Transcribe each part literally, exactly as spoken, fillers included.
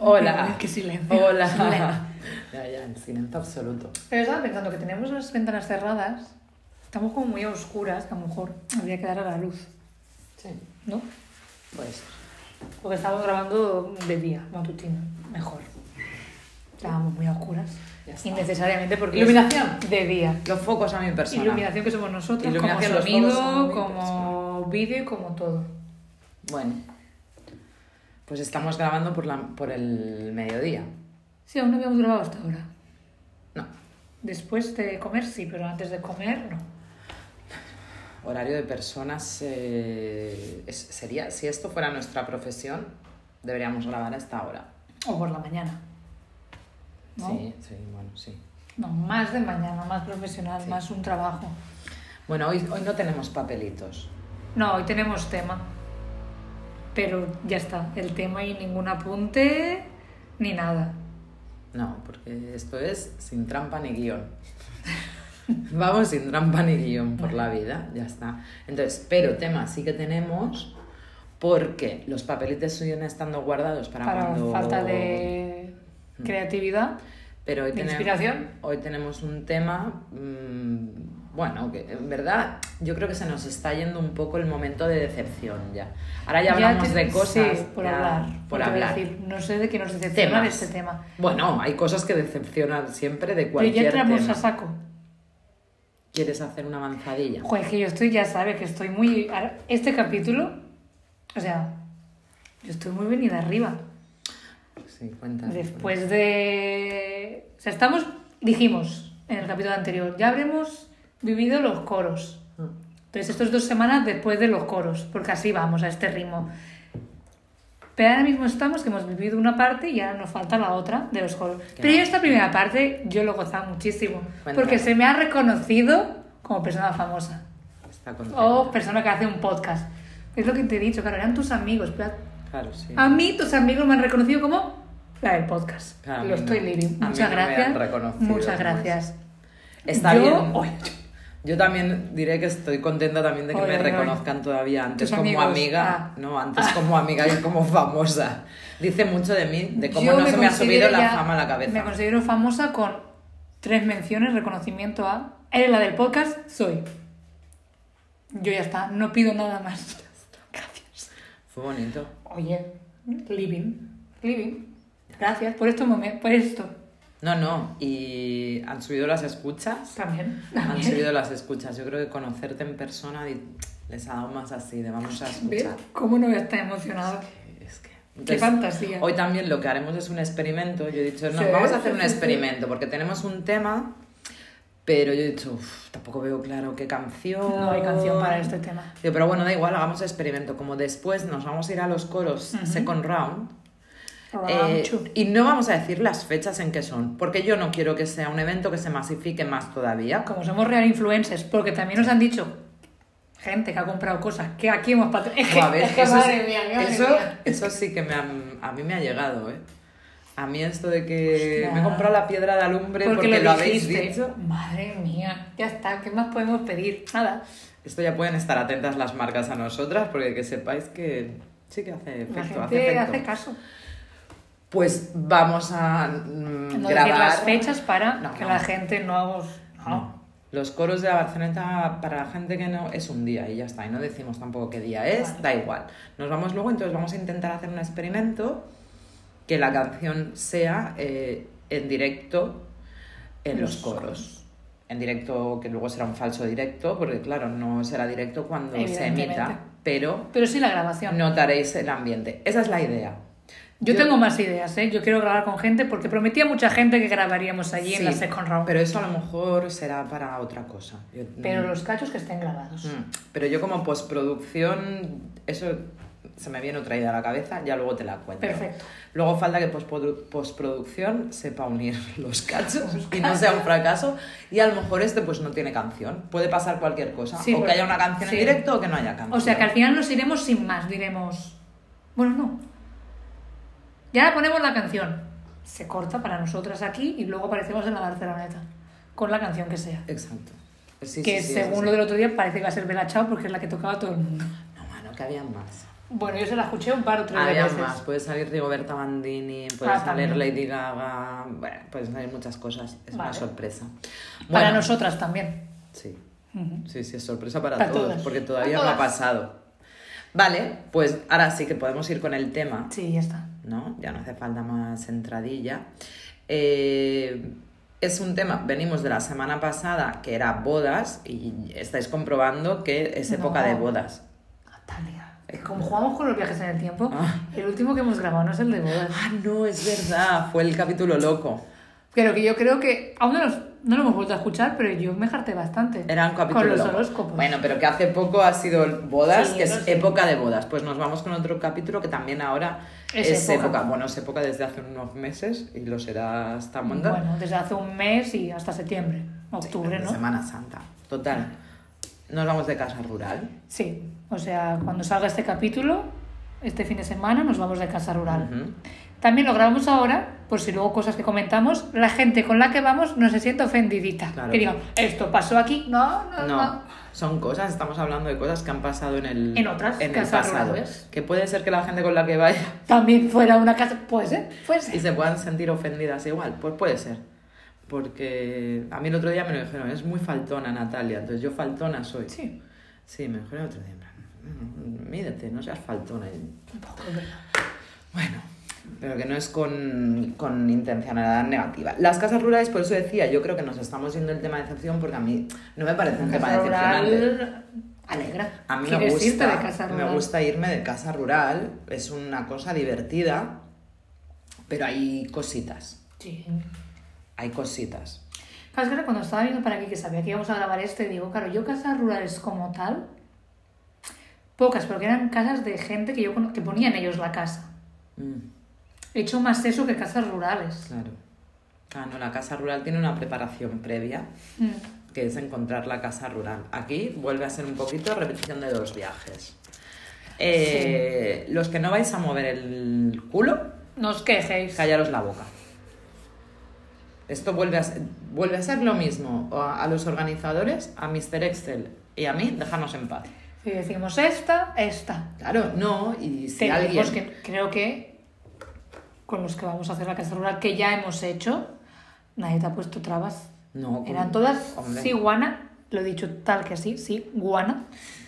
Hola. Qué silencio. Hola. Silencio. Ya, ya, en silencio absoluto. Pero estaba pensando que tenemos las ventanas cerradas, estamos como muy a oscuras, que a lo mejor habría que dar a la luz, Sí, ¿no? puede ser. Porque estamos grabando de día, matutino, mejor. Estábamos muy a oscuras. Ya está. Innecesariamente porque Iluminación. es de día. Los focos a mi persona. Iluminación que somos nosotros, Iluminación, como los focos son sonido, mi como vídeo y como todo. Bueno, pues estamos grabando por, la, por el mediodía. Sí, aún no habíamos grabado hasta ahora. No, Después de comer sí, pero antes de comer no. horario de personas eh, es- sería, si esto fuera nuestra profesión, deberíamos grabar a esta hora. O por la mañana. ¿No? Sí, sí, bueno, sí. No, más de mañana, más profesional, Sí. más un trabajo. Bueno, hoy, hoy no tenemos papelitos. No, hoy tenemos tema. Pero ya está, el tema y ningún apunte ni nada. No, porque esto es sin trampa ni guión. Vamos sin trampa ni guión por la vida, ya está. Entonces, pero tema sí que tenemos porque los papelitos siguen estando guardados para, Para cuando... falta de creatividad. Pero hoy ¿De tenemos, inspiración? hoy tenemos un tema, mmm, bueno, que en verdad yo creo que se nos está yendo un poco el momento de decepción ya. Ahora ya hablamos te- de cosas. Sí, por ya, hablar. Por Porque hablar. decir, no sé de qué nos decepciona Temas. de este tema. Bueno, hay cosas que decepcionan siempre de Pero cualquier ya entramos tema. a saco. ¿Quieres hacer una avanzadilla? Joder, que yo estoy, ya sabe, que estoy muy... ahora, este capítulo, o sea, yo estoy muy venida arriba. Sí, cuenta. Después de... O sea, estamos... Dijimos en el capítulo anterior, ya habremos vivido los coros. Entonces, esto es dos semanas después de los coros, porque así vamos, a este ritmo. Pero ahora mismo estamos, que hemos vivido una parte y ahora nos falta la otra de los coros. Qué Pero yo mal. esta primera parte, yo lo he gozado muchísimo. Cuéntame. Porque se me ha reconocido como persona famosa. Está contenta. O persona que hace un podcast. Es lo que te he dicho, claro, eran tus amigos. Pero Claro, sí. a mí tus amigos me han reconocido como la del podcast. Claro, a Lo mí estoy no. living. A mí Muchas no me han gracias. reconocido, Muchas pues. gracias. Está Yo- bien. Oye, Yo también diré que estoy contenta también de que Oye, me oye, reconozcan todavía antes Tus como amigos, amiga, ah. no, antes como amiga y como famosa. Dice mucho de mí, de cómo yo no se me ha considero subido la ya- fama a la cabeza. Me considero famosa con tres menciones, reconocimiento a... Eres la del podcast, soy. Yo ya está, no pido nada más. Gracias. Fue bonito. Oye, living, living. Gracias por esto, momen- por esto. No, no, y han subido las escuchas. También. Han también. subido las escuchas. Yo creo que conocerte en persona di- les ha dado más así, de vamos a ¿Ves? escuchar. ¿Cómo no voy a estar emocionada? Es que... Qué fantasía. Hoy también lo que haremos es un experimento. Yo he dicho, no, Sí, vamos a hacer sí, un sí, sí. experimento porque tenemos un tema, pero yo he dicho, "Uf, tampoco veo claro qué canción. No hay canción para este tema. Digo, pero bueno, da igual, hagamos experimento. Como después nos vamos a ir a los coros Ujú. second round. Round eh, two. y no vamos a decir las fechas en que son, porque yo no quiero que sea un evento que se masifique más todavía. Como somos real influencers, porque también nos han dicho gente que ha comprado cosas que aquí hemos patrocinado. Es que, Buah, a ver, es que eso, madre es- mía, madre eso, mía. eso sí que me ha- a mí me ha llegado, ¿eh? A mí esto de que Hostia. me he comprado la piedra de alumbre porque, lo, habéis dijiste. dicho. Madre mía, ya está, ¿qué más podemos pedir? Nada. Esto ya pueden estar atentas las marcas a nosotras porque que sepáis que sí que hace efecto, La hace gente efecto. hace caso. Pues vamos a mm, No grabar decir las fechas para No, que no. la gente no haga... No. No. Los coros de la Barceloneta, para la gente que no, es un día y ya está. Y no decimos tampoco qué día es, Vale. da igual. Nos vamos luego, entonces vamos a intentar hacer un experimento que la canción sea eh, en directo en los, Los coros. En directo, que luego será un falso directo, porque claro, no será directo cuando se Evidentemente. emita, pero Pero sí la grabación. notaréis el ambiente. Esa es la idea. Yo, tengo más ideas, ¿eh? Yo quiero grabar con gente porque prometí a mucha gente que grabaríamos allí en la Sí, second round. pero eso a lo mejor será para otra cosa. Yo- Pero los cachos que estén grabados. Mm, Pero yo como postproducción, eso se me viene otra idea a la cabeza, ya luego te la cuento. Perfecto. Luego falta que postprodu- postproducción sepa unir los cachos y no sea un fracaso. Y a lo mejor este pues no tiene canción. Puede pasar cualquier cosa. Sí, o que porque- haya una canción sí. en directo o que no haya canción. O sea que al final nos iremos sin más, diremos... Bueno, no. Ya la ponemos la canción. Se corta para nosotras aquí y luego aparecemos en la Barceloneta. Con la canción que sea. Exacto. Sí, que sí, sí, según eso lo sí. del otro día parece que va a ser Bella Chao porque es la que tocaba todo el mundo. No, mano, que había más. Bueno, yo se la escuché un par o tres Había veces. más, puede salir Rigoberta Bandini, puede Ah, salir también. Lady Gaga, bueno, pueden salir muchas cosas, es Vale. una sorpresa. Para Bueno, nosotras también. Sí, Ujú. sí, sí, es sorpresa para, Para todos, todas. porque todavía Para no ha todas. pasado. Vale, pues ahora sí que podemos ir con el tema, Sí, ya está. ¿no? Ya no hace falta más entradilla. Eh, es un tema, venimos de la semana pasada, que era bodas, y estáis comprobando que es época No. de bodas. Natalia. Que como jugamos con los viajes en el tiempo, Ah. el último que hemos grabado no es el de bodas. Ah, no, es verdad, fue el capítulo loco. Pero que yo creo que aún no, los- no lo hemos vuelto a escuchar, pero yo me harté bastante. Era un capítulo Con los loco. horóscopos. Bueno, pero que hace poco ha sido bodas, Sí, que eso es sí. época de bodas. Pues nos vamos con otro capítulo que también ahora es, Es época. época. Bueno, es época desde hace unos meses y lo será hasta monta. Bueno, desde hace un mes y hasta septiembre, octubre, de ¿no? Semana Santa. Total. Nos vamos de casa rural. Sí, o sea, cuando salga este capítulo, este fin de semana, nos vamos de casa rural. Ujú. También lo grabamos ahora, por si luego cosas que comentamos, la gente con la que vamos no se siente ofendidita. Claro. Que digan, esto pasó aquí, no, no, no. No, son cosas, estamos hablando de cosas que han pasado en el, En otras en el casas pasado. rurales. Que puede ser que la gente con la que vaya También fuera una casa, puede ser, puede y ser. se puedan sentir ofendidas igual. Pues puede ser. Porque a mí el otro día me lo dijeron, es muy faltona Natalia, entonces yo faltona soy. Sí, Sí, me dijeron el otro día, en plan, "Mm, mídete, no seas faltona". Y, un poco, es verdad. bueno, pero que no es con, con intencionalidad negativa. Las casas rurales, por eso decía, yo creo que nos estamos yendo el tema de decepción porque a mí no me parece un Una tema casa decepcionante. rural alegra. A mí me ¿Quieres irte gusta, de casa me rural? gusta irme de casa rural, es una cosa divertida, pero hay cositas, Sí. hay cositas. Claro, es que cuando estaba viendo para aquí, que sabía que íbamos a grabar este, digo, claro, yo casas rurales como tal, pocas, porque eran casas de gente que yo cono- que ponían ellos la casa. Mm, He hecho más eso que casas rurales. claro. Ah, no, la casa rural tiene una preparación previa, Mm. que es encontrar la casa rural. Aquí vuelve a ser un poquito repetición de dos viajes. Eh, Los que no vais a mover el culo, No os quejéis. callaros la boca. Esto vuelve a ser, vuelve a ser lo mismo a, a los organizadores, a míster Excel y a mí, dejarnos en paz. Si decimos esta, esta. Claro, no, y si Te alguien... decimos que creo que con los que vamos a hacer la casa rural, que ya hemos hecho, nadie te ha puesto trabas. No, Eran todas, hombre, sí, guana, lo he dicho tal que sí, sí, guana.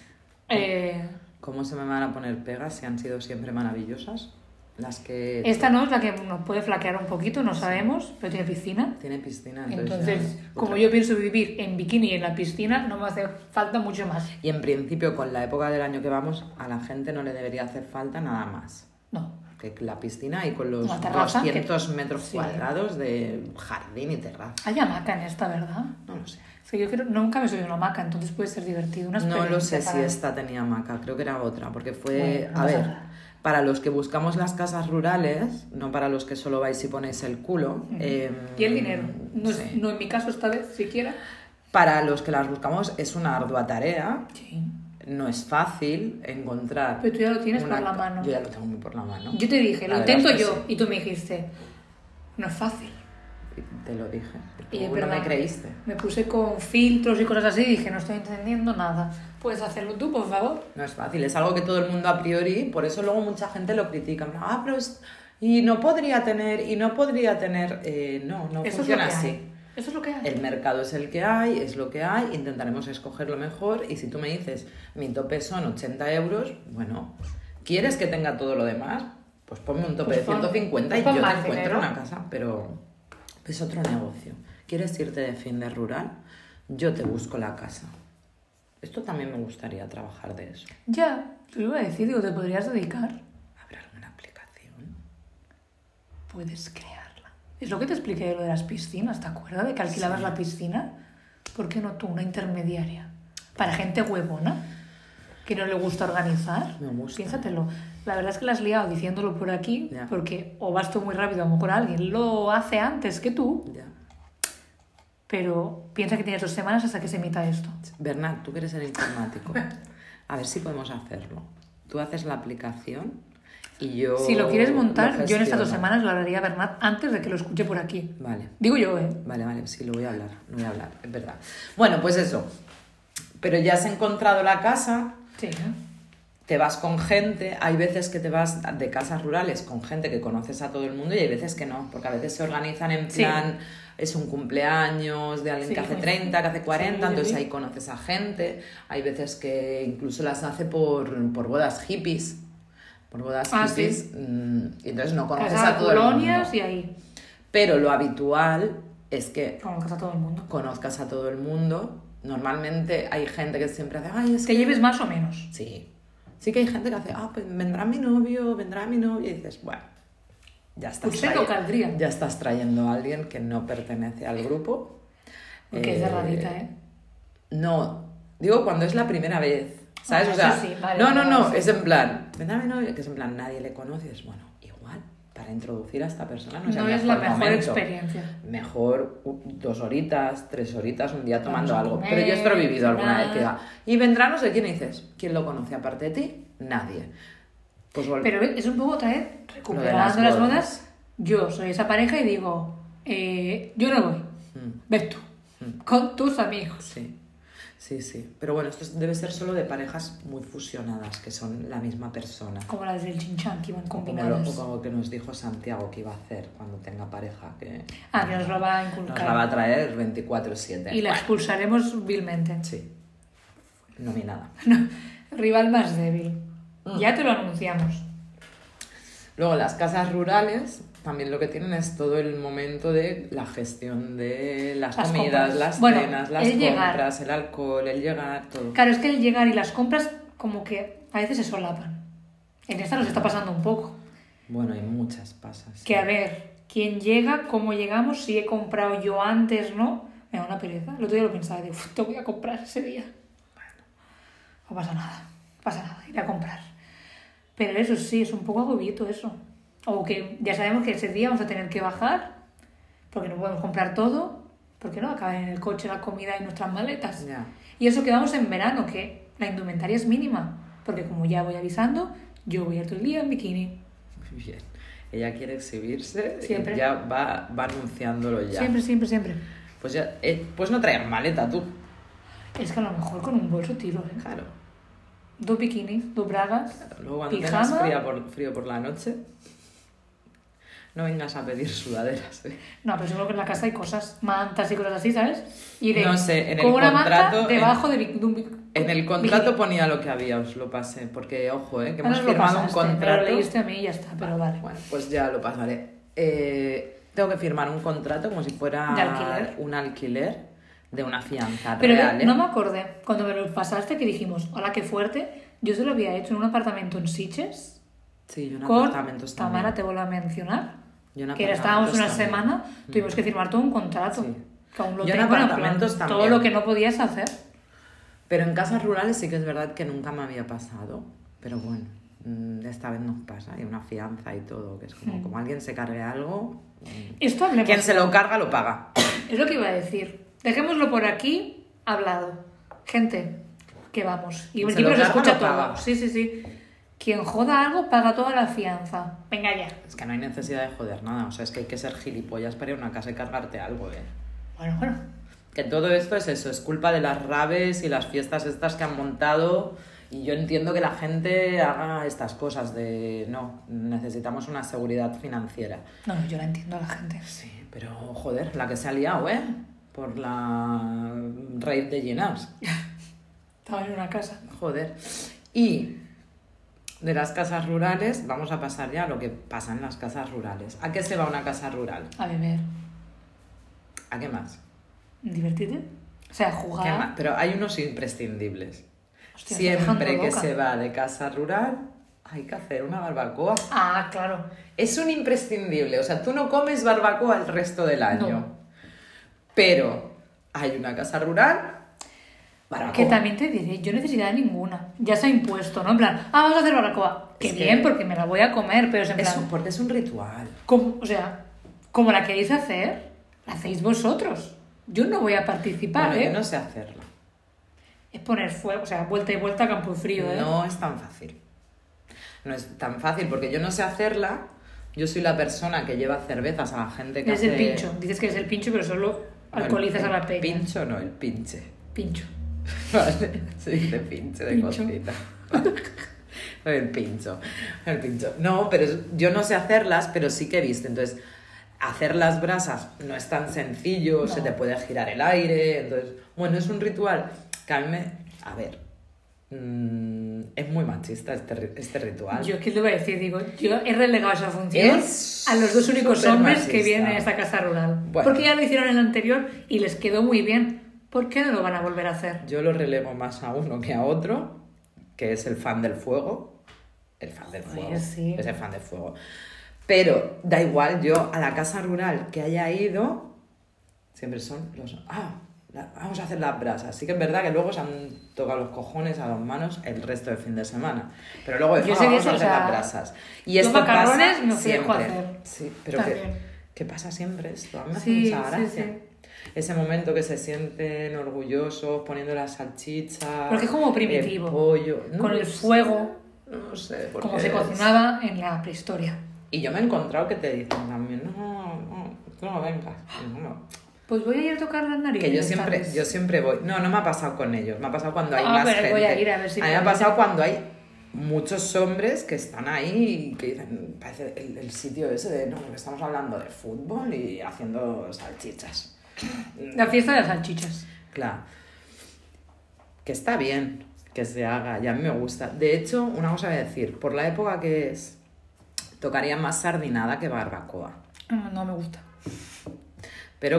Eh, ¿Cómo se me van a poner pegas si han sido siempre maravillosas? Las que... esta no es la que nos puede flaquear un poquito, no sabemos, pero tiene piscina. Tiene piscina, entonces... Entonces, ya- como otra- yo pienso vivir en bikini y en la piscina, no me hace falta mucho más. Y en principio, con la época del año que vamos, a la gente no le debería hacer falta nada más No. que la piscina y con los Una terraza doscientos que- metros sí. cuadrados de jardín y terraza. Hay hamaca en esta, ¿verdad? No lo sé. Es que yo creo, nunca me subí a una hamaca, entonces puede ser divertido. Una No lo sé experiencia si para- esta tenía hamaca, creo que era otra, porque fue... Bueno, no a pasa ver, nada. para los que buscamos las casas rurales, no para los que solo vais y ponéis el culo... Ujú. eh, Y el dinero. No, es- sí. no en mi caso esta vez, siquiera. Para los que las buscamos es una ardua tarea, Sí. no es fácil encontrar... Pero tú ya lo tienes una por la ca- mano. Yo ya lo tengo muy por la mano. Yo te dije, La lo verdad intento es que yo. sí. Y tú me dijiste, no es fácil. Y te lo dije. Y Tú es no verdad, me creíste. Me puse con filtros y cosas así y dije, no estoy entendiendo nada. ¿Puedes hacerlo tú, por favor? No es fácil, es algo que todo el mundo a priori, por eso luego mucha gente lo critica. Ah, pero es... Y no podría tener, y no podría tener... Eh, no, no Eso es lo funciona que así. hay. Eso es lo que hay. El mercado es el que hay, es lo que hay, intentaremos escoger lo mejor y si tú me dices, mi tope son ochenta euros, bueno, ¿quieres que tenga todo lo demás? Pues ponme un tope Pues de pon- ciento cincuenta pues y pon yo te más encuentro dinero. una casa, pero es otro negocio. ¿Quieres irte de fin de rural? Yo te busco la casa. Esto también me gustaría trabajar de eso. Ya, te lo iba a decir, digo, ¿te podrías dedicar? ¿Habrá alguna aplicación? Puedes crearla. Es lo que te expliqué de lo de las piscinas, ¿te acuerdas? De que alquilabas Sí. la piscina. ¿Por qué no tú, una intermediaria? Para gente huevona, que no le gusta organizar. Me gusta. Piénsatelo. La verdad es que la has liado diciéndolo por aquí, Ya. porque o vas tú muy rápido, a lo mejor alguien lo hace antes que tú, Ya. pero piensa que tienes dos semanas hasta que se emita esto. Bernat, tú que eres el informático, a ver si podemos hacerlo. Tú haces la aplicación y yo... Si lo quieres montar, lo yo en estas dos gestiono. semanas lo hablaría a Bernat antes de que lo escuche por aquí. Vale. Digo yo, ¿eh? Vale, vale, sí, lo voy a hablar, lo voy a hablar, es verdad. Bueno, pues eso. Pero ya has encontrado la casa, Sí. te vas con gente, hay veces que te vas de casas rurales con gente que conoces a todo el mundo y hay veces que no, porque a veces se organizan en plan, sí. es un cumpleaños de alguien sí, que hace treinta, que hace cuarenta, sí, entonces sí. ahí conoces a gente, hay veces que incluso las hace por, por bodas hippies, por bodas ah, hippies, sí. y entonces no conoces Casa a todo el mundo. colonias y ahí. Pero lo habitual es que conozcas a todo el mundo. Conozcas a todo el mundo. Normalmente hay gente que siempre hace, ay, es que que... lleves más o menos. Sí. Sí que hay gente que hace, ah, pues vendrá mi novio, vendrá mi novio, y dices, bueno, ya estás, pues trayendo, caldría. ya estás trayendo a alguien que no pertenece al grupo. Que eh, es de rarita, ¿eh? No, digo cuando es la primera vez, ¿sabes? Ah, o sea, sí, vale, no, no, no, sí. es en plan, vendrá mi novio, que es en plan, nadie le conoce, y es bueno, igual, para introducir a esta persona no es, no el es mejor la mejor momento. experiencia. Mejor uh, dos horitas, tres horitas, un día tomando Vamos algo. comer, Pero yo esto lo he vivido alguna nada. vez. Que va. Y vendrá no sé quién y dices, ¿quién lo conoce aparte de ti? Nadie. Pues vol- Pero es un poco otra vez, recuperando las las bodas. bodas, yo soy esa pareja y digo, eh, yo no voy, Mm. ves tú, Mm. con tus amigos. Sí, sí, sí. Pero bueno, esto debe ser solo de parejas muy fusionadas, que son la misma persona. Como las del Chinchán, que iban O como, combinadas. lo, o como que nos dijo Santiago que iba a hacer cuando tenga pareja. Que Ah, que nos lo va a inculcar. Nos la va a traer veinticuatro siete. Y la Bueno, expulsaremos vilmente. sí. Nominada. Rival más débil. Mm. Ya te lo anunciamos. Luego las casas rurales también lo que tienen es todo el momento de la gestión de las, Las comidas, compras. las Bueno, cenas, las el llegar. compras, el alcohol, el llegar, todo. Claro, es que el llegar y las compras como que a veces se solapan. En esta nos está pasando un poco. Bueno, hay muchas pasas. Que a ver, ¿quién llega? ¿Cómo llegamos? Si he comprado yo antes, ¿no? Me da una pereza. El otro día lo pensaba, digo, te voy a comprar ese día. Bueno, No pasa nada, no pasa nada, ir a comprar. Pero eso sí, es un poco agobito eso. O que ya sabemos que ese día vamos a tener que bajar porque no podemos comprar todo, porque no acaba en el coche la comida y nuestras maletas. ya. Y eso que vamos en verano, que la indumentaria es mínima, porque como ya voy avisando, yo voy a ir todo el día en bikini. Muy bien. Ella quiere exhibirse, Siempre. y ya va, va anunciándolo ya. Siempre, siempre, siempre. Pues ya, eh, pues no traer maleta tú. Es que a lo mejor con un bolso tiro, ¿eh? Claro. Dos bikinis, dos bragas, Claro. Luego cuando pijama. tengas frío por, frío por la noche, no vengas a pedir sudaderas. ¿eh? No, pero seguro que en la casa hay cosas, mantas y cosas así, ¿sabes? Y de, No sé, en el con una contrato, manta debajo de, bi- de un bic- En el contrato bikini. ponía lo que había, os lo pasé, porque ojo, ¿eh? que Ah, hemos nos lo firmado un pasaste, pero contrato. lo leíste a mí y ya está, pero vale. Bueno, pues ya lo pasaré. Eh, tengo que firmar un contrato como si fuera ¿De alquiler? un alquiler de una fianza Pero real. ¿eh? no me acordé, cuando me lo pasaste que dijimos, hola, qué fuerte, yo se lo había hecho en un apartamento en Sitges, Sí, y un con apartamentos también. Tamara, te vuelvo a mencionar, Y en que era- estábamos una apartamentos también. semana, tuvimos que firmar todo un contrato, Sí. que aún lo Y en tengo en plan, apartamentos todo también. lo que no podías hacer. Pero en casas rurales sí que es verdad que nunca me había pasado. Pero bueno, mm, esta vez nos pasa. Hay una fianza y todo, que es como, Mm. como alguien se cargue algo. mm, Esto hablemos. Quien se lo carga lo paga. Es lo que iba a decir. Dejémoslo por aquí hablado. Gente, que vamos. Y Quien el se lo tipo se carga, escucha lo todo. paga. Sí, sí, sí. Quien joda algo paga toda la fianza. Venga ya. Es que no hay necesidad de joder nada. O sea, es que hay que ser gilipollas para ir a una casa y cargarte algo, ¿eh? Bueno, bueno. Que todo esto es eso, es culpa de las raves y las fiestas estas que han montado. Y yo entiendo que la gente haga estas cosas de... No, necesitamos una seguridad financiera. No, no, yo la entiendo a la gente. Sí, pero joder, la que se ha liado, ¿eh? Por la raid de Ginars. Estaba en una casa. Joder. Y de las casas rurales, vamos a pasar ya a lo que pasa en las casas rurales. ¿A qué se va una casa rural? A beber. ¿A qué más? ¿Divertirte? O sea, ¿Qué jugar. más? Pero hay unos imprescindibles. Hostia, estoy dejando Siempre que loca. se va de casa rural, hay que hacer una barbacoa. Ah, claro. Es un imprescindible. O sea, tú no comes barbacoa el resto del año. No. Pero hay una casa rural, barbacoa. Que también te diré, yo necesidad ninguna. Ya se ha impuesto, ¿no? En plan, ah, vamos a hacer barbacoa. Qué Es que- bien, porque me la voy a comer, pero es en Es plan... un- porque es un ritual. como- o sea, como la queréis hacer, la hacéis vosotros. Yo no voy a participar, Bueno, ¿eh? yo no sé hacerlo. Es poner fuego, o sea, vuelta y vuelta a campo frío, ¿eh? No es tan fácil. No es tan fácil porque yo no sé hacerla. Yo soy la persona que lleva cervezas a la gente que Es hace... el pincho. Dices que es el pincho, pero solo Bueno, alcoholizas el a la peña. Pincho no, el pinche. Pincho. Vale, se dice pinche de Pincho. cosita. El pincho, el pincho. No, pero yo no sé hacerlas, pero sí que he visto. Entonces, hacer las brasas no es tan sencillo, no. Se te puede girar el aire. Entonces, bueno, es un ritual que a mí me... A ver, mmm, es muy machista este, este ritual. Yo, ¿qué te iba a decir? Digo, yo he relegado esa función es a los dos únicos hombres machista. Que vienen a esta casa rural. Bueno. Porque ya lo hicieron en el anterior y les quedó muy bien. ¿Por qué no lo van a volver a hacer? Yo lo relego más a uno que a otro, que es el fan del fuego. El fan del fuego. Oye, sí. Es el fan del fuego. Pero da igual, yo a la casa rural que haya ido, siempre son los... Ah, la, vamos a hacer las brasas. Así que es verdad que luego se han tocado los cojones a las manos el resto del fin de semana. Pero luego de, yo ah, sé vamos eso, a hacer o sea, las brasas. Y esto macarrones pasa no siempre. Hacer. Sí, pero que, que pasa siempre esto. A mí me hace sí, mucha gracia. Sí, sí. Ese momento que se sienten orgullosos poniendo las salchichas. Porque es como primitivo. El pollo. No, con el fuego. No sé. Como se cocinaba en la prehistoria. Y yo me he encontrado que te dicen también, no, no, tú no vengas. No. Pues voy a ir a tocar las narices. Que yo siempre, yo siempre voy. No, no me ha pasado con ellos. Me ha pasado cuando hay ah, más pero gente. Voy a ir a ver si a mí me ha pasado cuando hay muchos hombres que están ahí y que dicen, parece el, el sitio ese de, no, que estamos hablando de fútbol y haciendo salchichas. La fiesta de las salchichas. Claro. Que está bien que se haga y a mí me gusta. De hecho, una cosa voy a decir, por la época que es, tocaría más sardinada que barbacoa. No, no me gusta. Pero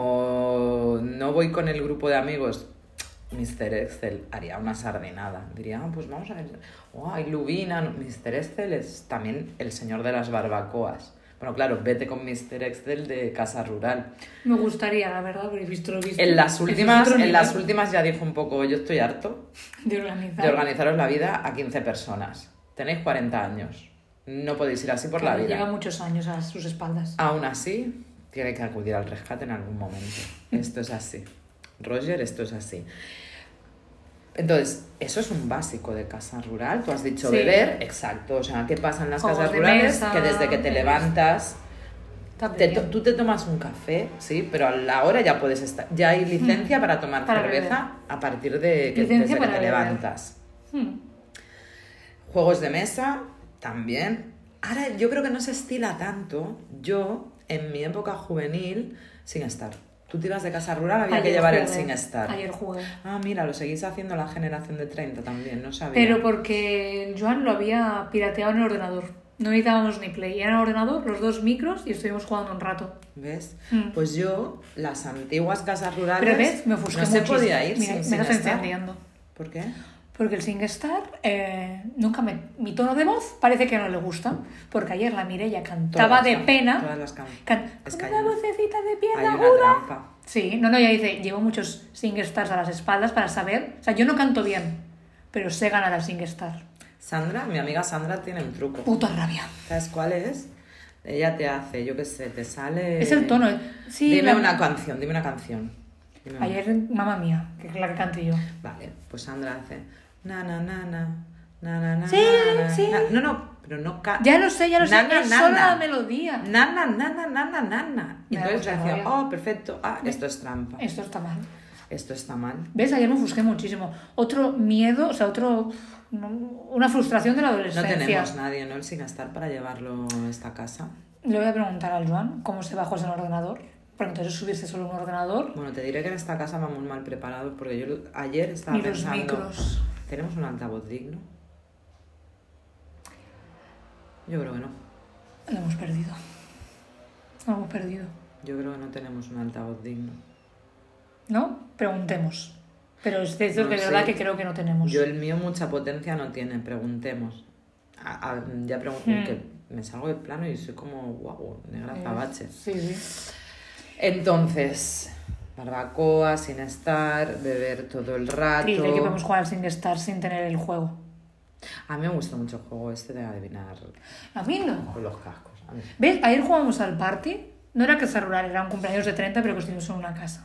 como no voy con el grupo de amigos, mister Excel haría una sardinada. Diría, ah, pues vamos a ver. Oh, hay lubina. mister Excel es también el señor de las barbacoas. Bueno, claro, vete con mister Excel de casa rural. Me gustaría, la verdad, pero he visto lo visto. En las últimas, en las últimas ya dijo un poco, yo estoy harto de, organizar. de organizaros la vida a quince personas. Tenéis cuarenta años. No podéis ir así por claro, la vida. Lleva muchos años a sus espaldas. Aún así, tiene que acudir al rescate en algún momento. Esto es así. Roger, esto es así. Entonces, eso es un básico de casa rural. Tú has dicho sí. Beber, exacto. O sea, ¿qué pasa en las Juegos casas de rurales? mesa, que desde que te levantas, te to- tú te tomas un café, sí, pero a la hora ya puedes estar. Ya hay licencia mm. para tomar para cerveza beber. A partir de que, desde que te beber. levantas. Mm. Juegos de mesa, también. Ahora, yo creo que no se estila tanto. Yo, en mi época juvenil, sin estar. Tú te ibas de casa rural, había Ayer que llevar jugué. el sin estar. Ayer jugué. Ah, mira, lo seguís haciendo la generación de treinta también, no sabía. Pero porque Joan lo había pirateado en el ordenador. No necesitábamos ni play. Era en el ordenador, los dos micros y estuvimos jugando un rato. ¿Ves? Mm. Pues yo, las antiguas casas rurales... Pero ves, me ofusqué no muchísimo. se podía ir Mira, sin, me sin estás estar. encendiendo. ¿Por qué? Porque el SingStar eh, nunca me... Mi tono de voz parece que no le gusta. Porque ayer la Mireia cantaba todas, de ¿no? pena. Todas las can... Can... Es con que una hay una... vocecita de piel hay aguda. una trampa. Sí, no, no, ya dice, llevo muchos SingStars a las espaldas para saber... O sea, yo no canto bien, pero sé ganar al SingStar. Sandra, mi amiga Sandra tiene un truco. Puta rabia. ¿Sabes cuál es? Ella te hace, yo qué sé, te sale... Es el tono. Sí, dime la... una canción, dime una canción. Dime una. Ayer, Mamma Mía, que es la que canto yo. Vale, pues Sandra hace... Na, na, na, na, na, na, na, sí, na, sí. Na, no, no, pero no... Ca... Ya lo sé, ya lo na, sé, na, es na, solo na. la melodía. Na, na, na, na, na, na, na, na. Y Me da entonces le mucha decía, rabia. oh, perfecto, ah, esto es trampa. Esto está mal. Esto está mal. ¿Ves? Ayer me ofusqué muchísimo. Otro miedo, o sea, otro... Una frustración de la No adolescencia. tenemos nadie, ¿no? El sin estar para llevarlo a esta casa. Le voy a preguntar al Joan cómo se bajó ese ordenador. Porque entonces subirse solo un ordenador. Bueno, te diré que en esta casa vamos mal preparados porque yo ayer estaba Ni los pensando... micros. ¿Tenemos un altavoz digno? Yo creo que no. Lo hemos perdido. Lo hemos perdido. Yo creo que no tenemos un altavoz digno. ¿No? Preguntemos. Pero es de eso No que de sé. verdad que creo que no tenemos. Yo el mío mucha potencia no tiene, preguntemos. A, a, ya pregunto Hmm. que me salgo del plano y soy como guau, negra azabache. Sí, sí. Entonces, barbacoa, sin estar, beber todo el rato. Triste que podemos jugar sin estar, sin tener el juego. A mí me gusta mucho el juego este de adivinar A mí no. con los cascos. A mí. ¿Ves? Ayer jugamos al party. No era casa rural, era un cumpleaños de treinta, pero que estuvimos en una casa.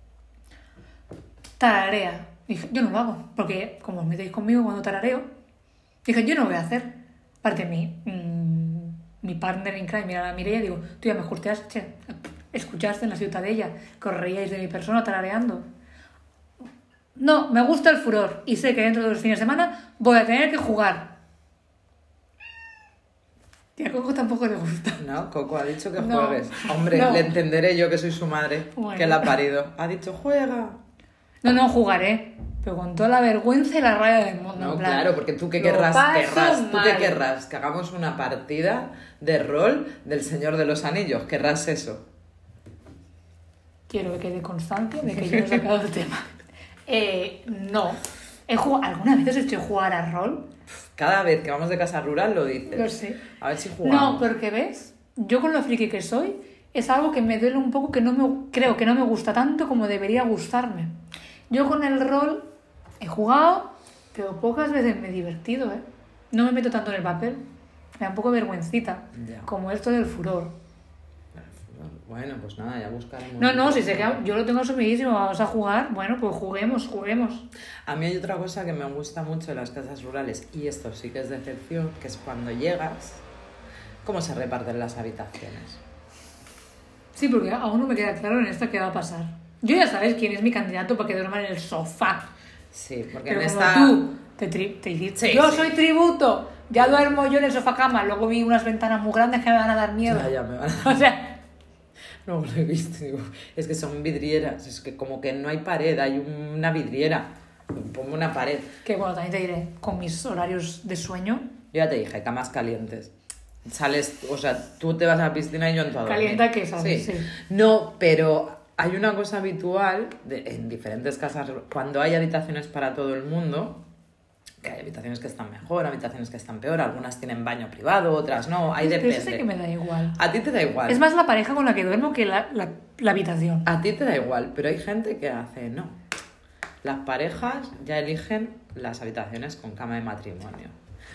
Tararea. Dije, yo no lo hago, porque como os metéis conmigo cuando tarareo, dije, yo no lo voy a hacer. Aparte, mi, mmm, mi partner in crime, mira a la Mireia, digo, tú ya me escuchaste, che, escuchaste en la ciudad de ella, que os reíais de mi persona tarareando. No, me gusta el furor y sé que dentro de los fines de semana voy a tener que jugar. Y a Coco tampoco le gusta. No, Coco ha dicho que No. juegues. Hombre, No. le entenderé yo que soy su madre, Bueno. que la ha parido. Ha dicho, juega. No, no, jugaré. Pero con toda la vergüenza y la rabia del mundo. No, en plan, claro, porque tú qué lo querrás, paso querrás, tú qué mal. querrás, que hagamos una partida de rol del Señor de los Anillos, querrás eso. Quiero que quede constancia de que yo no he sacado el tema. Eh, no. He jugado... ¿Alguna vez os he hecho jugar a rol? Cada vez que vamos de casa rural lo dices. Lo sé. A ver si jugamos. No, porque ves, yo con lo friki que soy, es algo que me duele un poco, que no me, creo que no me gusta tanto como debería gustarme. Yo con el rol he jugado, pero pocas veces me he divertido, ¿eh? No me meto tanto en el papel, me da un poco vergüencita, Ya. como esto del furor. Bueno, pues nada, ya buscaremos. No, no, si se queda, yo lo tengo asumidísimo, vamos a jugar, bueno, pues juguemos, juguemos. A mí hay otra cosa que me gusta mucho de las casas rurales, y esto sí que es decepción, que es cuando llegas, cómo se reparten las habitaciones. Sí, porque aún no me queda claro en esta qué va a pasar. Yo ya sabes quién es mi candidato para que duerma en el sofá. Sí, porque Pero en como esta... tú te, tri- te dices, Sí, yo sí. soy tributo, ya duermo yo en el sofá cama, luego vi unas ventanas muy grandes que me van a dar miedo. Ya, ya me van a... O sea, No lo he visto, digo, es que son vidrieras, es que como que no hay pared, hay una vidriera. Pongo una pared. que bueno, también te diré, con mis horarios de sueño, Yo ya te dije, camas calientes. Sales, o sea, tú te vas a la piscina y yo entro a dormir. Calienta que sabes, sí. No, pero hay una cosa habitual de- en diferentes casas, cuando hay habitaciones para todo el mundo, que hay habitaciones que están mejor, habitaciones que están peor, algunas tienen baño privado, otras no, ahí pero depende. eso sí que me da igual. A ti te da igual. Es más la pareja con la que duermo que la, la, la habitación. A ti te da igual, pero hay gente que hace, no. Las parejas ya eligen las habitaciones con cama de matrimonio.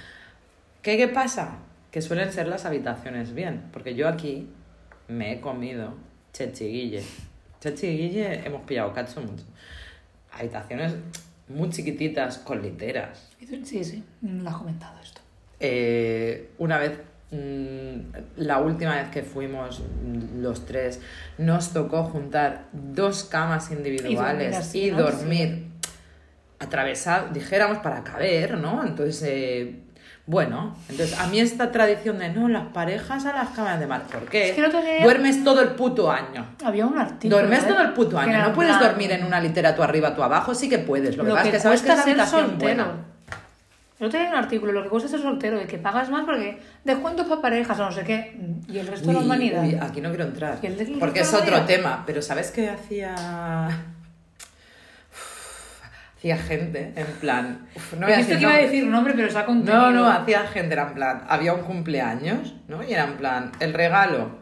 ¿Qué, qué pasa? Que suelen ser las habitaciones bien, porque yo aquí me he comido Chechi y Guille. Chechi y Guille hemos pillado cacho mucho. Habitaciones muy chiquititas, con literas. Sí, sí, lo has comentado esto. Eh, una vez, mmm, la última vez que fuimos mm, los tres, nos tocó juntar dos camas individuales así, y ¿no? dormir atravesados, dijéramos, para caber, ¿no? Entonces, eh, bueno, entonces a mí esta tradición de no, las parejas a las camas de mar, ¿por qué? Es que el otro día- Duermes todo el puto año. Había un artículo. Duermes ¿eh? todo el puto que año, era no en puedes plan, dormir en una litera tú arriba, tú abajo, sí que puedes. Lo que Lo pasa que es que sabes que es cuesta la ser habitación soltero. buena. El otro día hay un artículo, lo que cuesta ser soltero, de que pagas más porque descuentos para parejas o no sé qué, y el resto de la Uy, humanidad. uy, aquí no quiero entrar. ¿Y el de- Porque el es resto de la otro humanidad? tema. Pero ¿sabes qué hacía? Uf, hacía gente, en plan. uf, no voy He a visto decir que iba a nombres. decir nombre, pero se ha contenido. No, no, hacía gente, era en plan. Había un cumpleaños, ¿no? Y era en plan, el regalo.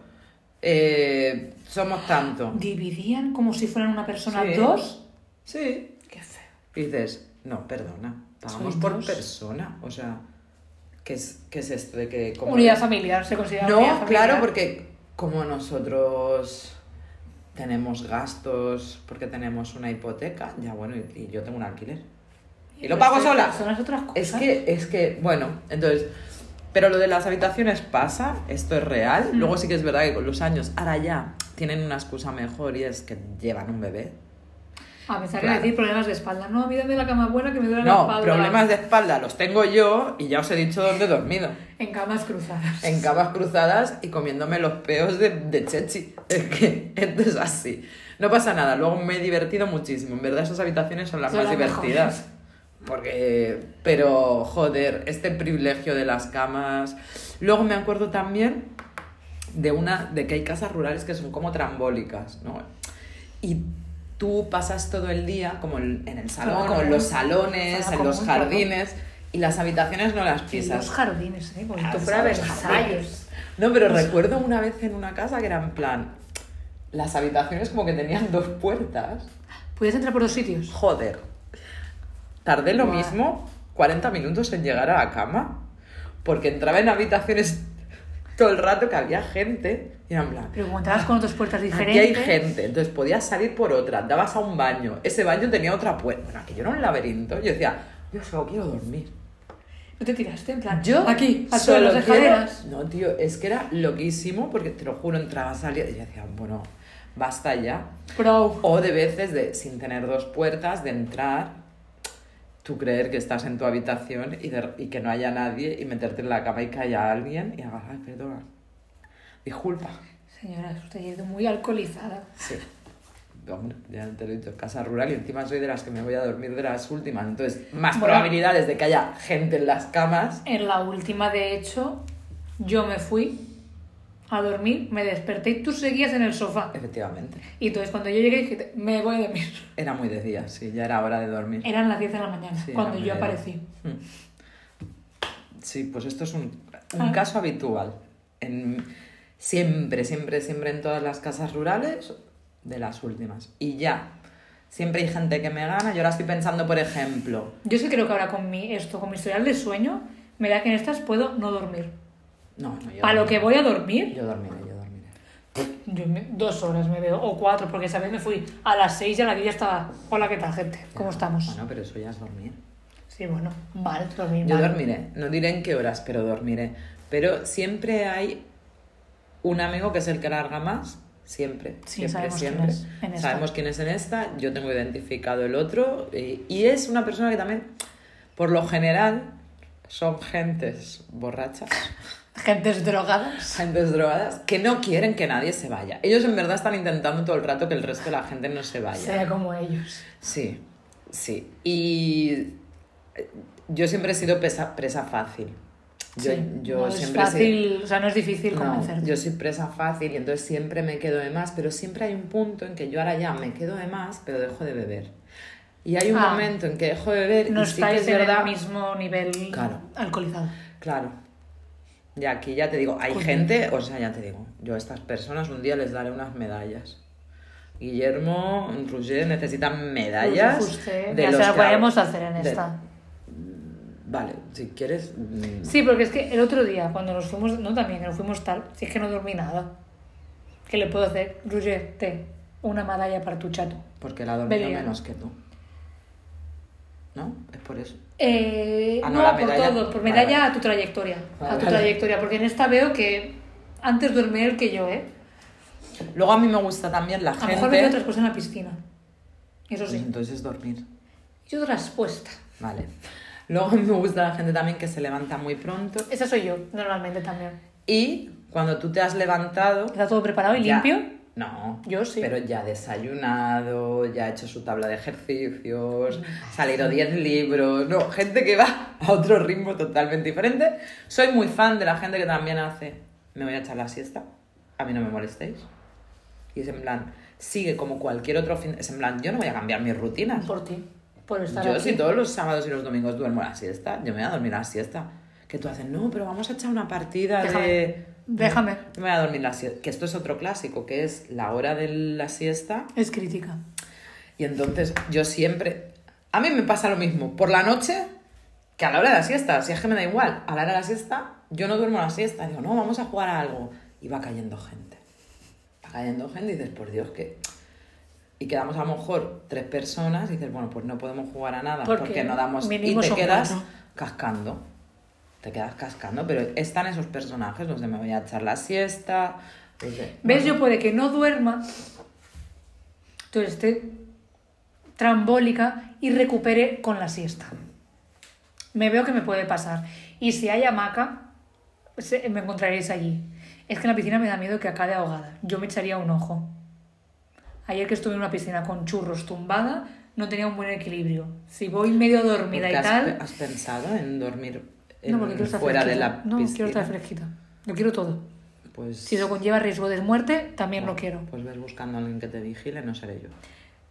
eh, somos tanto. Dividían como si fueran una persona Sí. dos. Sí. Qué feo. Y dices, no, perdona. Pagamos Sois por dos. persona. O sea, ¿qué es, qué es esto de que. como- Unidad familiar, se considera unidad No, familiar. claro, porque como nosotros tenemos gastos, porque tenemos una hipoteca, ya bueno, y, y yo tengo un alquiler. Y lo el pago resto de sola. personas otras cosas. Es que, es que, bueno, entonces, pero lo de las habitaciones pasa, esto es real. Mm. Luego sí que es verdad que con los años, ahora ya tienen una excusa mejor y es que llevan un bebé. A pesar Claro. de decir problemas de espalda. No, a mí dame la cama buena que me duele la No, espalda. problemas de espalda los tengo yo y ya os he dicho dónde he dormido. En camas cruzadas. En camas cruzadas y comiéndome los peos de, de Chechi. Es que esto es así. No pasa nada, luego me he divertido muchísimo. En verdad esas habitaciones son las Son más las divertidas. mejores. Porque, pero, joder, este privilegio de las camas. Luego me acuerdo también de una, de que hay casas rurales que son como trambólicas, ¿no? Y tú pasas todo el día como en en el salón Zona o en común. los salones, Zona en los común, claro. jardines, y las habitaciones no las Y pisas. los jardines, ¿eh? Como si Ah, tú fuera los Versalles. jardines. No, pero recuerdo una vez en una casa que era en plan, las habitaciones como que tenían dos puertas. Puedes entrar por dos sitios. Joder. Tardé lo Buah. mismo, cuarenta minutos en llegar a la cama, porque entraba en habitaciones todo el rato que había gente y era en plan, Pero como entrabas con otras puertas aquí diferentes. hay gente, entonces podías salir por otra, dabas a un baño, ese baño tenía otra puerta. Bueno, aquello era un laberinto. Yo decía, yo solo quiero dormir. ¿No te tiraste? En plan, Yo aquí, al solo suelo, las quiero- escaleras. No, tío, es que era loquísimo porque te lo juro, entraba, salía y yo decía, bueno, basta ya. Pro. O de veces de sin tener dos puertas, de entrar tú creer que estás en tu habitación y, de- y que no haya nadie y meterte en la cama y que haya alguien y hagas, ay, perdona, disculpa. Señora, usted ha ido muy alcoholizada. Sí. Hombre, ya te lo he dicho, casa rural y encima soy de las que me voy a dormir de las últimas. Entonces, más Bueno. probabilidades de que haya gente en las camas. En la última, de hecho, yo me fui a dormir, me desperté y tú seguías en el sofá. Efectivamente. Y entonces cuando yo llegué dije, me voy a dormir. Era muy de día, sí, ya era hora de dormir. Eran las diez de la mañana, Sí, cuando era yo muy de- aparecí. Sí, pues esto es un, un Ah. caso habitual. En, siempre, siempre, siempre en todas las casas rurales, de las últimas. Y ya, siempre hay gente que me gana. Yo ahora estoy pensando, por ejemplo, Yo sí creo que ahora con mi, esto, con mi historial de sueño, me da que en estas puedo no dormir. no, no, yo Para lo dormiré. que voy a dormir, Yo dormiré, yo dormiré. yo me- dos horas me veo, o cuatro, porque esa vez me fui a las seis y a la diez ya estaba, hola, ¿qué tal, gente? ¿Cómo estamos? Bueno, pero eso ya es dormir. Sí, bueno, mal, dormir Yo mal. dormiré, no diré en qué horas, pero dormiré. Pero siempre hay un amigo que es el que larga más, siempre. Sí, siempre, sabemos quién siempre. es en esta. Sabemos quién es en esta, yo tengo identificado el otro. Y, y es una persona que también, por lo general, son gentes borrachas, Gentes drogadas. gentes drogadas, que no quieren que nadie se vaya. Ellos en verdad están intentando todo el rato que el resto de la gente no se vaya. Sea como ellos. Sí, sí. Y yo siempre he sido pesa- presa fácil. Yo, Sí, yo no es siempre he sido- fácil, o sea, no es difícil No, convencerte. yo soy presa fácil y entonces siempre me quedo de más, pero siempre hay un punto en que yo ahora ya me quedo de más, pero dejo de beber. Y hay un Ah. momento en que dejo de beber No y sí que estáis es en verdad. el mismo nivel Claro. alcoholizado. Claro. Y aquí ya te digo, hay Joder. gente, o sea, ya te digo, yo a estas personas un día les daré unas medallas. Guillermo, Roger necesitan medallas. Pues usted, de ya los se la que- podemos hacer en de- esta. Vale, si quieres. mm, Sí, porque es que el otro día, cuando nos fuimos, no también, que nos fuimos tal, si es que no dormí nada. ¿Qué le puedo hacer? Roger, te, una medalla para tu chato. Porque la ha dormido Vería. menos que tú. ¿No? Es por eso. Eh, Ah, no, no, la por medalla. todo, por Vale, medalla vale. a tu trayectoria. Vale, a tu vale. trayectoria, porque en esta veo que antes duerme él que yo, ¿eh? Luego a mí me gusta también la A lo gente. mejor me veo otras cosas en la piscina. Eso Pues sí. entonces es dormir. Yo traspuesta. Vale. Luego a mí me gusta la gente también que se levanta muy pronto. Esa soy yo, normalmente también. Y cuando tú te has levantado. ¿Está todo preparado y ya- limpio? No. Yo sí. Pero ya ha desayunado, ya ha hecho su tabla de ejercicios, Mm. ha salido diez libros. No, gente que va a otro ritmo totalmente diferente. Soy muy fan de la gente que también hace. Me voy a echar la siesta. A mí no me molestéis. Y es en plan, sigue como cualquier otro fin. Es en plan, yo no voy a cambiar mis rutinas. Por ti. Por estar Yo, aquí. si todos los sábados y los domingos duermo la siesta, yo me voy a dormir la siesta. Que tú haces, no, pero vamos a echar una partida Déjame. de. Déjame. Me voy a dormir la siesta. Que esto es otro clásico, que es la hora de la siesta. Es crítica. Y entonces yo siempre. A mí me pasa lo mismo por la noche que a la hora de la siesta. Si es que me da igual. A la hora de la siesta, yo no duermo la siesta. Digo, no, vamos a jugar a algo. Y va cayendo gente. Va cayendo gente y dices, por Dios, que. Y quedamos a lo mejor tres personas y dices, bueno, pues no podemos jugar a nada Porque porque, no damos. Y mínimo te son quedas cuatro. cascando. Te quedas cascando, pero están esos personajes, los de me voy a echar la siesta. Los de, ¿Ves? bueno, Yo puede que no duerma, entonces esté trambólica y recupere con la siesta. Me veo que me puede pasar. Y si hay hamaca, se- me encontraréis allí. Es que en la piscina me da miedo que acabe ahogada. Yo me echaría un ojo. Ayer que estuve en una piscina con churros tumbada, no tenía un buen equilibrio. Si voy medio dormida ¿por y qué has, tal... has pensado en dormir en- No, porque quiero estar fuera de fresquita. la No, piscina? quiero estar fresquita. Lo quiero todo. Pues, Si eso conlleva riesgo de muerte, también lo quiero. Pues ves buscando a alguien que te vigile, no seré yo.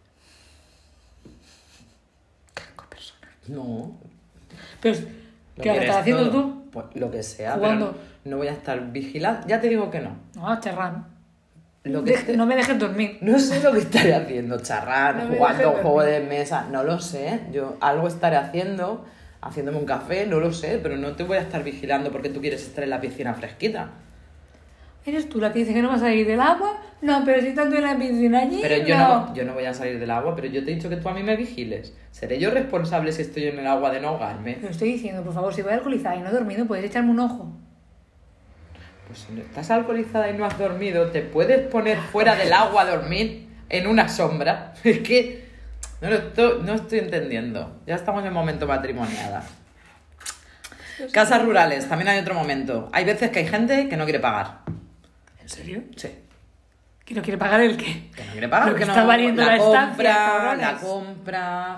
No. Pero, lo ¿qué quieres estás haciendo todo. tú? Pues lo que sea, Jugando. pero no voy a estar vigilando. Ya te digo que no. No, charrán. Lo que Deje- te- No me dejes dormir. No sé lo que estaré haciendo, charrar, No me jugando dejes un juego dormir. de mesa, no lo sé. Yo algo estaré haciendo, haciéndome un café, no lo sé, pero no te voy a estar vigilando porque tú quieres estar en la piscina fresquita. ¿Eres tú la que dice que no vas a salir del agua? No, pero si estás tú en la piscina allí, Pero yo no. no. yo no voy a salir del agua, pero yo te he dicho que tú a mí me vigiles. ¿Seré yo responsable si estoy en el agua de no ahogarme? Lo estoy diciendo, por favor, si voy alcoholizada y no he dormido, puedes echarme un ojo. Pues si no estás alcoholizada y no has dormido, te puedes poner fuera del agua a dormir en una sombra. Es que No, lo estoy, no estoy entendiendo. Ya estamos en momento matrimoniada. Casas rurales, también hay otro momento. Hay veces que hay gente que no quiere pagar. ¿En serio? Sí. ¿Que no quiere pagar el qué? Que no quiere pagar. Lo que no, está valiendo la, la estancia, compra, cabrones. la compra.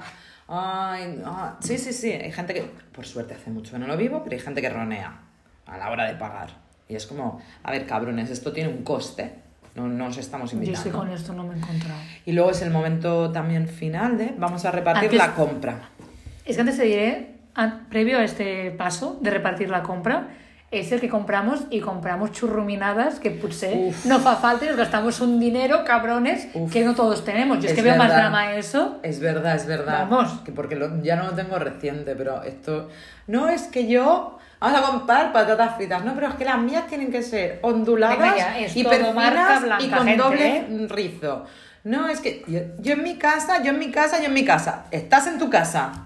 Ay, ah, sí, sí, sí. Hay gente que, por suerte, hace mucho que no lo vivo, pero hay gente que ronea a la hora de pagar. Y es como, a ver, cabrones, esto tiene un coste. No nos estamos invitando. Yo sí con esto no me he encontrado. Y luego es el momento también final de vamos a repartir Antes- la compra. Es que antes te diré, an- previo a este paso de repartir la compra, és el que compramos i compramos churruminadas que potser Uf. no fa falta y nos gastamos un dinero, cabrones, Uf. que no todos tenemos. Yo es, Es que veo más verdad. drama eso. Es verdad, es verdad. Vamos. Que porque lo- ya no lo tengo reciente, pero esto... No, es que yo... Vamos a comprar patatas fritas. No, pero es que las mías tienen que ser onduladas Venga ya, es y todo perfinas marca blanca, y con gente, doble ¿eh? rizo. No, es que yo, yo en mi casa, yo en mi casa, yo en mi casa. Estás en tu casa.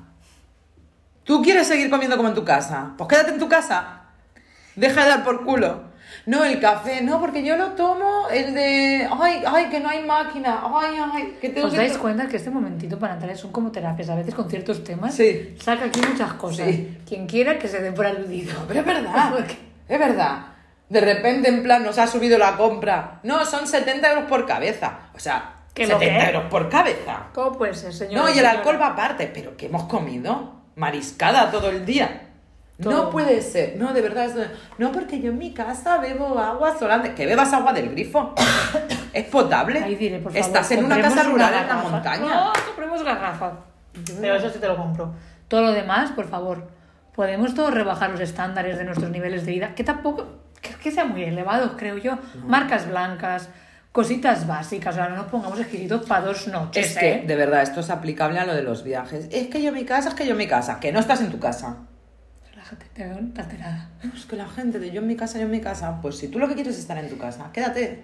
¿Tú quieres seguir comiendo como en tu casa? Pues quédate en tu casa. Deja de dar por culo. No, el café, no, porque yo lo tomo el de... Ay, ay, que no hay máquina. Ay, ay, que tengo ¿Os que... dais cuenta que este momentito para entrar son como terapias? A veces con ciertos temas Sí. saca aquí muchas cosas. Sí. Quien quiera que se dé por aludido. Pero es verdad, es verdad. De repente, en plan, nos ha subido la compra. No, son setenta euros por cabeza. O sea, ¿Qué lo setenta que? euros por cabeza. ¿Cómo puede ser, señor? No, y el alcohol va aparte. ¿Pero qué hemos comido? Mariscada todo el día. Todo. No puede ser. No, de verdad. Es... No, porque yo en mi casa bebo agua solante. Que bebas agua del grifo. Es potable. Ahí diré, por favor. Estás en una compremos casa rural en la garrafa. montaña. No, compremos garrafa. Pero eso sí te lo compro. Todo lo demás, por favor. Podemos todos rebajar los estándares de nuestros niveles de vida, que tampoco que, que sean muy elevados, creo yo. Marcas blancas, cositas básicas. Ahora no nos pongamos exquisitos para dos noches. Es que, ¿eh? de verdad, esto es aplicable a lo de los viajes. Es que yo en mi casa, es que yo en mi casa. Que no estás en tu casa. Relájate, te veo alterada. No, es que la gente de yo en mi casa, yo en mi casa. Pues si tú lo que quieres es estar en tu casa, quédate.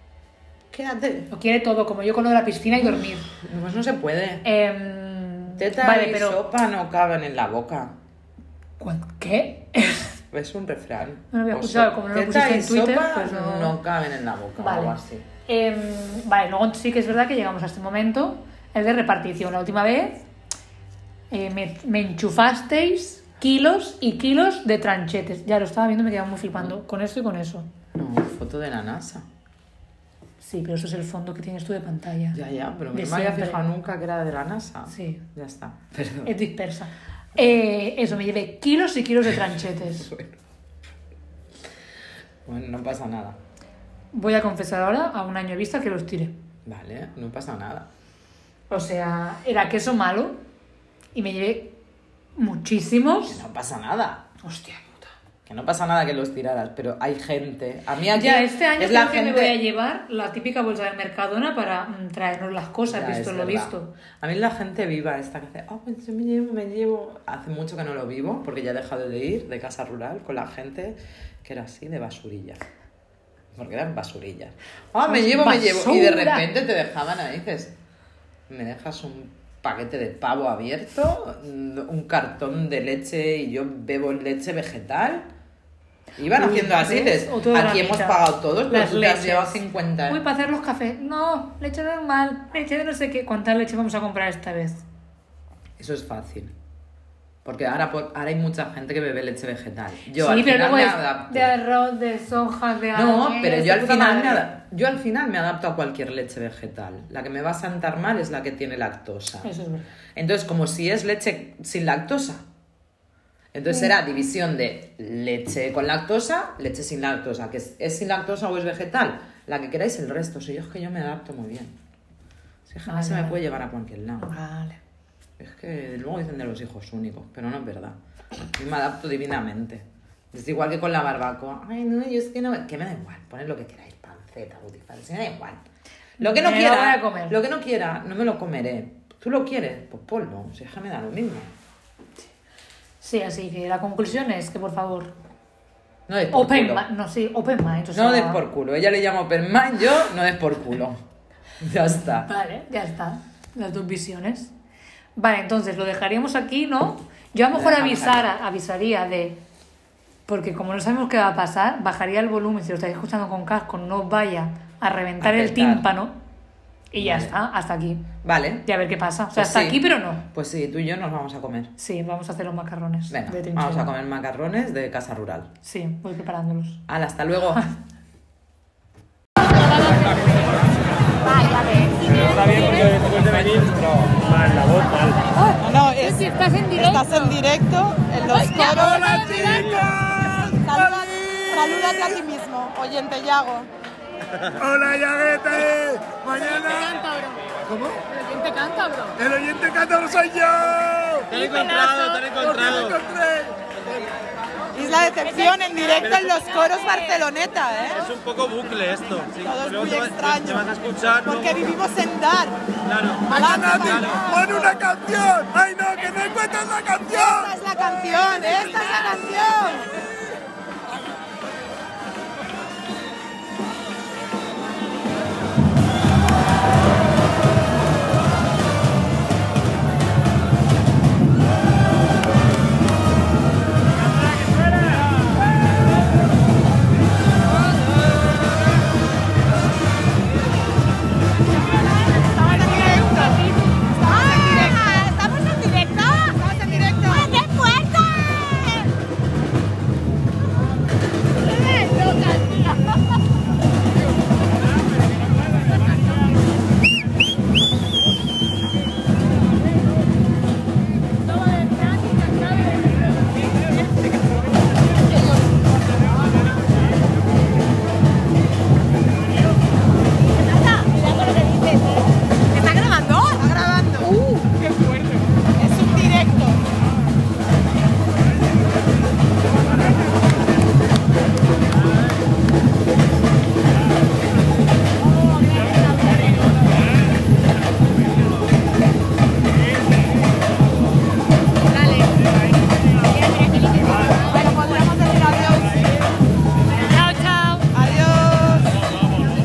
Quédate. Lo quiere todo, como yo con lo de la piscina y dormir. Pues no se puede. Em, Teta vale, y pero. sopa no caben en la boca. ¿Cuán- ¿Qué? Es un refrán. No lo había O escuchado, so- como no lo teta pusiste y en Twitter, sopa pues no- no caben en la boca o algo Vale. así. Em, vale, luego sí que es verdad que llegamos a este momento, el de repartición. La última vez eh, me, me enchufasteis kilos y kilos de tranchetes. Ya lo estaba viendo, me quedaba muy flipando con esto y con eso. No, foto de la NASA. Sí, pero eso es el fondo que tienes tú de pantalla. Ya, ya, pero De no me había siempre. fijado nunca que era de la NASA. Sí. Ya está. Perdón. Es dispersa. Eh, eso, me llevé kilos y kilos de tranchetes. Bueno, no pasa nada. Voy a confesar ahora, a un año vista, que los tiré. Vale, no pasa nada. O sea, era queso malo y me llevé muchísimos. Que no pasa nada. Hostia puta. Que no pasa nada que los tiraras, pero hay gente. A mí aquí Ya, este año es creo la que gente... me voy a llevar la típica bolsa de Mercadona para mm, traernos las cosas, Ya, visto es lo verdad. visto. A mí la gente viva esta que hace, oh, pues yo me llevo, me llevo. Hace mucho que no lo vivo, porque ya he dejado de ir de casa rural con la gente que era así, de basurilla. Porque eran basurillas. Ah, me llevo, me llevo. Y de Basura. repente te dejaban ahí, dices, me dejas un paquete de pavo abierto, un cartón de leche y yo bebo leche vegetal. Iban Uy, haciendo así, ¿ves? dices, Otro aquí hemos dramita. pagado todos, pero Las tú te has leches. llevado cincuenta. Uy, para hacer los cafés. No, leche normal, leche de no sé qué. ¿Cuánta leche vamos a comprar esta vez? Eso es fácil. Porque ahora, por- ahora hay mucha gente que bebe leche vegetal. Yo sí, al pero final luego me es adapto. de arroz, de soja, de No, almendras, pero de yo al, puta final me madre. ada- yo al final me adapto a cualquier leche vegetal. La que me va a sentar mal es la que tiene lactosa. Eso es verdad. Entonces, como si es leche sin lactosa. Entonces será división de leche con lactosa, leche sin lactosa. Que es, es sin lactosa o es vegetal. La que queráis el resto. Si yo es que yo me adapto muy bien. Si es que Vale, se me vale. puede llevar a cualquier lado. Vale. Es que luego dicen de los hijos únicos, pero no es verdad. Yo me adapto divinamente. Es igual que con la barbacoa. Ay, no, yo es que no... Que me da igual, poned lo que queráis, panceta, butifarra, si me da igual. Lo que no Me lo quiera, voy a comer. lo que no quiera, no me lo comeré. ¿Tú lo quieres? Pues ponlo, si es que me da lo mismo. Sí, así que la conclusión es que, por favor, No des por open culo. mind, no, sí, open mind. O sea, No des por culo. Ella le llama open mind, yo no des por culo. Ya está. Vale, ya está. Las dos visiones. Vale, entonces lo dejaríamos aquí, ¿no? Yo a lo mejor Lo dejamos avisara, avisaría de... Porque como no sabemos qué va a pasar, bajaría el volumen, si lo estáis escuchando con casco, no vaya a reventar A el petar. tímpano. Y ya Vale. está, hasta aquí. Vale. Y a ver qué pasa. O sea, Pues hasta sí. aquí, pero no. Pues sí, tú y yo nos vamos a comer. Sí, vamos a hacer los macarrones Venga, de trinchera. vamos a comer macarrones de casa rural. Sí, voy preparándolos. Hala, hasta luego. Está bien porque después de venir, pero mal, la voz mal. No, es, Si estás en directo. estás en directo en los coros. ¡Hola, chicas! Saluda, salúdate a ti mismo, oyente Yago. ¡Hola, Yaguete! Mañana... ¿Cómo? ¿El oyente canta, bro? ¡El oyente cántabro soy yo! ¡Te he encontrado, te he encontrado! ¡Te encontré! Isla Decepción en directo en los coros Barceloneta, ¿eh? Es un poco bucle esto. Sí. Todo es Luego muy te, va- extraño. te vas a escuchar. Porque luego- vivimos en Dar. Claro. ¡Venga, Nati! ¡Pon una canción! ¡Ay, no, que no encuentras la canción! Esta es la canción, esta es la canción.